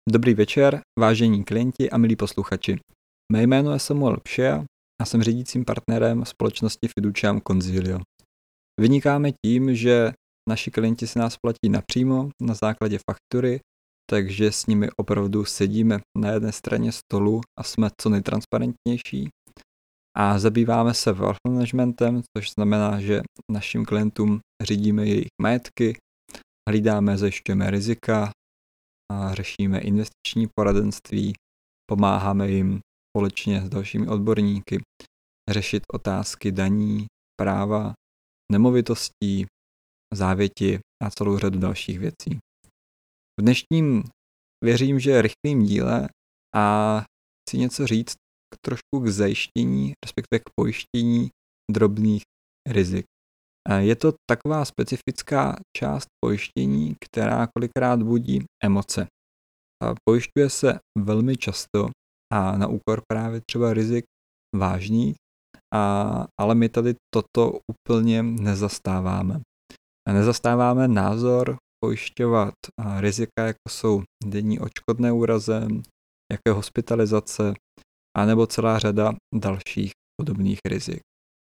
Dobrý večer, vážení klienti a milí posluchači. Mé jméno je Samuel Pšea a jsem řídícím partnerem společnosti Fiduciam Consilio. Vynikáme tím, že naši klienti si nás platí napřímo na základě faktury, takže s nimi opravdu sedíme na jedné straně stolu a jsme co nejtransparentnější. A zabýváme se wealth managementem, což znamená, že našim klientům řídíme jejich majetky, hlídáme, zajišťujeme rizika, a řešíme investiční poradenství, pomáháme jim společně s dalšími odborníky řešit otázky daní, práva, nemovitostí, závěti a celou řadu dalších věcí. V dnešním věřím, že rychlým díle a chci něco říct trošku k zajištění, respektive k pojištění drobných rizik. Je to taková specifická část pojištění, která kolikrát budí emoce. Pojišťuje se velmi často a na úkor právě třeba rizik vážných, ale my tady toto úplně nezastáváme. Nezastáváme názor pojišťovat rizika, jako jsou denní odškodné úrazem, jako je hospitalizace, anebo celá řada dalších podobných rizik.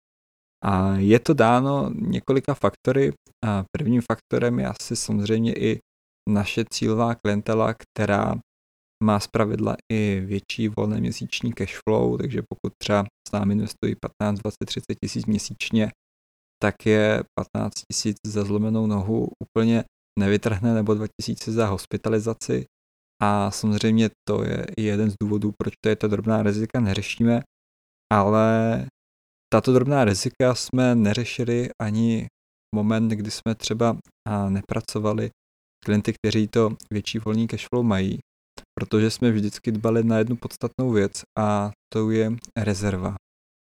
A je to dáno několika faktory. Prvním faktorem je asi samozřejmě i naše cílová klientela, která má zpravidla i větší volné měsíční cash flow, takže pokud třeba s námi investují 15, 20, 30 tisíc měsíčně, tak je 15 tisíc za zlomenou nohu úplně nevytrhne, nebo 2 tisíce za hospitalizaci. A samozřejmě to je i jeden z důvodů, proč to je ta drobná rizika neřešíme, ale tato drobná rizika jsme neřešili ani moment, kdy jsme třeba nepracovali s klienty, kteří to větší volný cashflow mají, protože jsme vždycky dbali na jednu podstatnou věc a to je rezerva.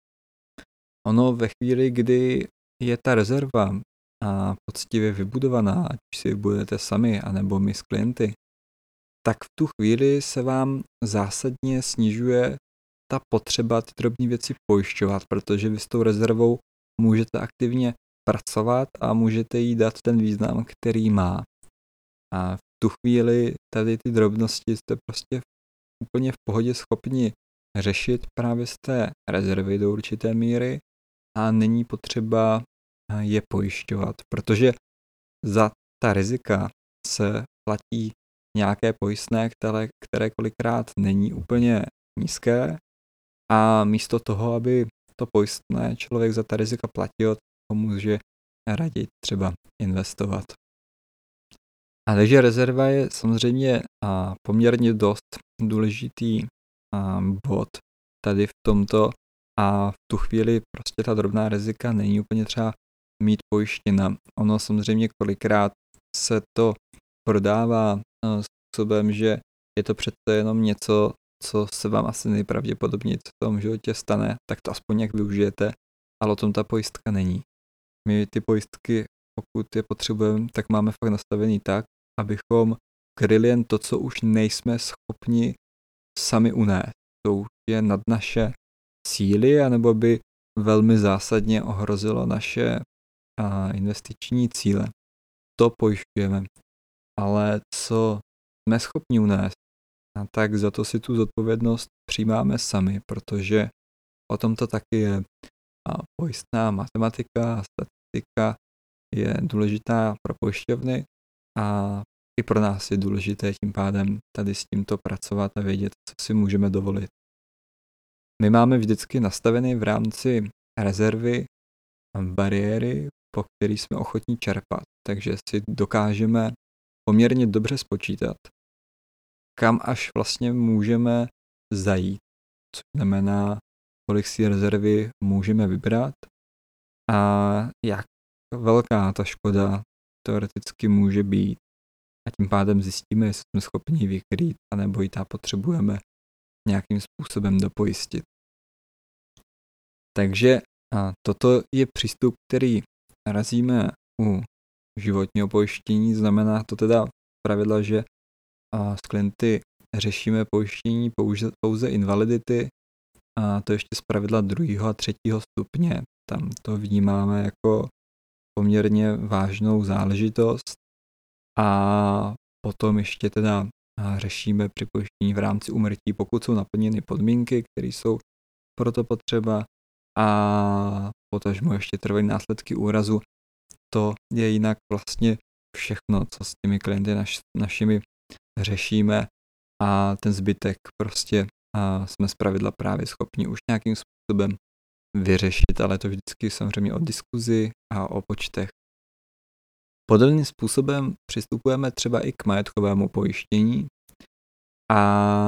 Ono ve chvíli, kdy je ta rezerva poctivě vybudovaná, ať si budete sami, anebo my s klienty, tak v tu chvíli se vám zásadně snižuje ta potřeba ty drobné věci pojišťovat, protože vy s tou rezervou můžete aktivně pracovat a můžete jí dát ten význam, který má. A v tu chvíli tady ty drobnosti jste prostě úplně v pohodě schopni řešit právě z té rezervy do určité míry a není potřeba je pojišťovat, protože za ta rizika se platí nějaké pojistné, které kolikrát není úplně nízké, a místo toho, aby to pojistné člověk za ta rizika platil, tak může raději třeba investovat. A takže rezerva je samozřejmě poměrně dost důležitý bod tady v tomto a v tu chvíli prostě ta drobná rizika není úplně třeba mít pojištěna. Ono samozřejmě kolikrát se to prodává způsobem, že je to přece jenom něco, co se vám asi nejpravděpodobněji v tom životě stane, tak to aspoň jak využijete, ale o tom ta pojistka není. My ty pojistky, pokud je potřebujeme, tak máme fakt nastavený tak, abychom kryli jen to, co už nejsme schopni sami unést. To už je nad naše síly, anebo by velmi zásadně ohrozilo naše investiční cíle. To pojišťujeme. Ale co jsme schopni unést, tak za to si tu zodpovědnost přijímáme sami, protože o tom to taky je. Pojistná matematika a statistika je důležitá pro pojišťovny a i pro nás je důležité tím pádem tady s tímto pracovat a vědět, co si můžeme dovolit. My máme vždycky nastaveny v rámci rezervy bariéry, po kterých jsme ochotní čerpat, takže si dokážeme poměrně dobře spočítat, kam až vlastně můžeme zajít, což znamená, kolik si rezervy můžeme vybrat a jak velká ta škoda teoreticky může být. A tím pádem zjistíme, jestli jsme schopni ji vykrýt, anebo ji potřebujeme nějakým způsobem dopojistit. Takže toto je přístup, který razíme u životního pojištění, znamená to teda pravidla, že s klienty řešíme pojištění pouze invalidity, a to ještě z pravidla 2. a 3. stupně. Tam to vnímáme jako poměrně vážnou záležitost a potom ještě teda řešíme připojištění v rámci úmrtí, pokud jsou naplněny podmínky, které jsou proto potřeba, a potažmo ještě trvají následky úrazu. To je jinak vlastně všechno, co s těmi klienty našimi řešíme, a ten zbytek prostě jsme zpravidla právě schopni už nějakým způsobem vyřešit, ale to vždycky samozřejmě o diskuzi a o počtech. Podobným způsobem přistupujeme třeba i k majetkovému pojištění a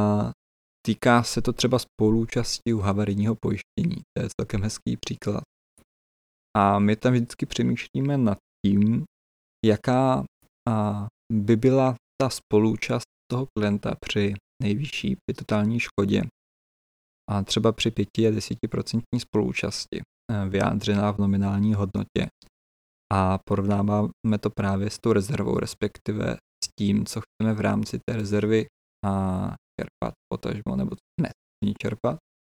týká se to třeba spoluúčasti u havarijního pojištění. To je celkem hezký příklad. A my tam vždycky přemýšlíme nad tím, jaká by byla ta spoluúčast toho klienta při nejvyšší, při totální škodě. A třeba při 5 a 10% spoluúčasti vyjádřená v nominální hodnotě. A porovnáváme to právě s tou rezervou, respektive s tím, co chceme v rámci té rezervy čerpat potažmo, nebo co nechceme čerpat.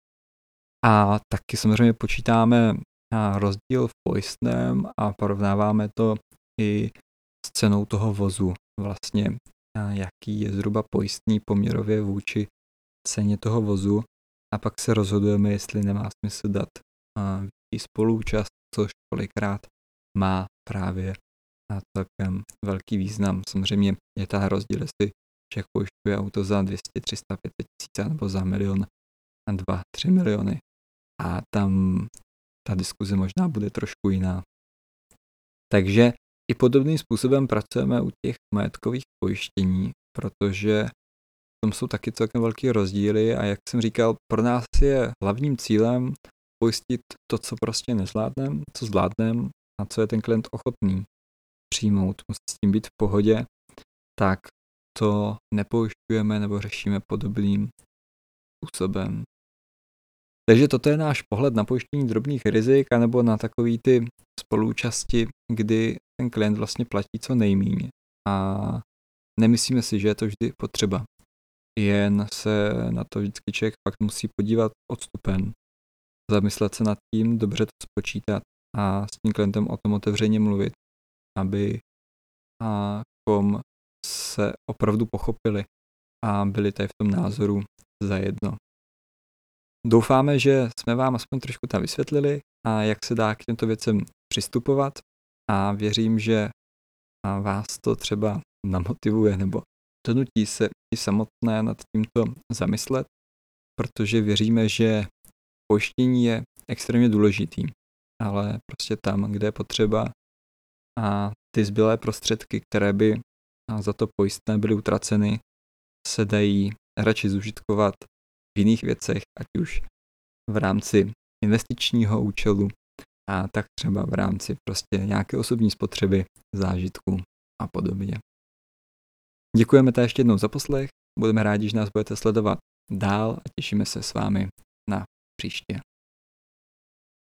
A taky samozřejmě počítáme rozdíl v pojistném a porovnáváme to i s cenou toho vozu. Vlastně jaký je zhruba pojistný poměrově vůči ceně toho vozu, a pak se rozhodujeme, jestli nemá smysl dát větší spoluúčast, což kolikrát má právě celkem velký význam. Samozřejmě je ta rozdíl, jestli člověk pojišťuje auto za 200, 300, 500 tisíc nebo za 1 milion, 2, 3 miliony. A tam ta diskuze možná bude trošku jiná. Takže i podobným způsobem pracujeme u těch majetkových pojištění, protože v tom jsou taky celkem velké rozdíly, a jak jsem říkal, pro nás je hlavním cílem pojistit to, co prostě nezvládneme, co zvládneme a co je ten klient ochotný přijmout, musí s tím být v pohodě, tak to nepojišťujeme nebo řešíme podobným způsobem. Takže toto je náš pohled na pojištění drobných rizik anebo na takový ty spoluúčasti, kdy ten klient vlastně platí co nejméně. A nemyslíme si, že je to vždy potřeba. Jen se na to vždycky člověk fakt musí podívat odstupem, zamyslet se nad tím, dobře to spočítat a s tím klientem o tom otevřeně mluvit, aby se opravdu pochopili a byli tady v tom názoru zajedno. Doufáme, že jsme vám aspoň trošku tam vysvětlili, a jak se dá k těmto věcem přistupovat, a věřím, že vás to třeba namotivuje nebo donutí se i samotné nad tímto zamyslet, protože věříme, že pojištění je extrémně důležitý, ale prostě tam, kde je potřeba, a ty zbylé prostředky, které by za to pojistné byly utraceny, se dají radši zužitkovat v jiných věcech, ať už v rámci investičního účelu, a tak třeba v rámci prostě nějaké osobní spotřeby, zážitku a podobně. Děkujeme ještě jednou za poslech, budeme rádi, že nás budete sledovat dál a těšíme se s vámi na příště.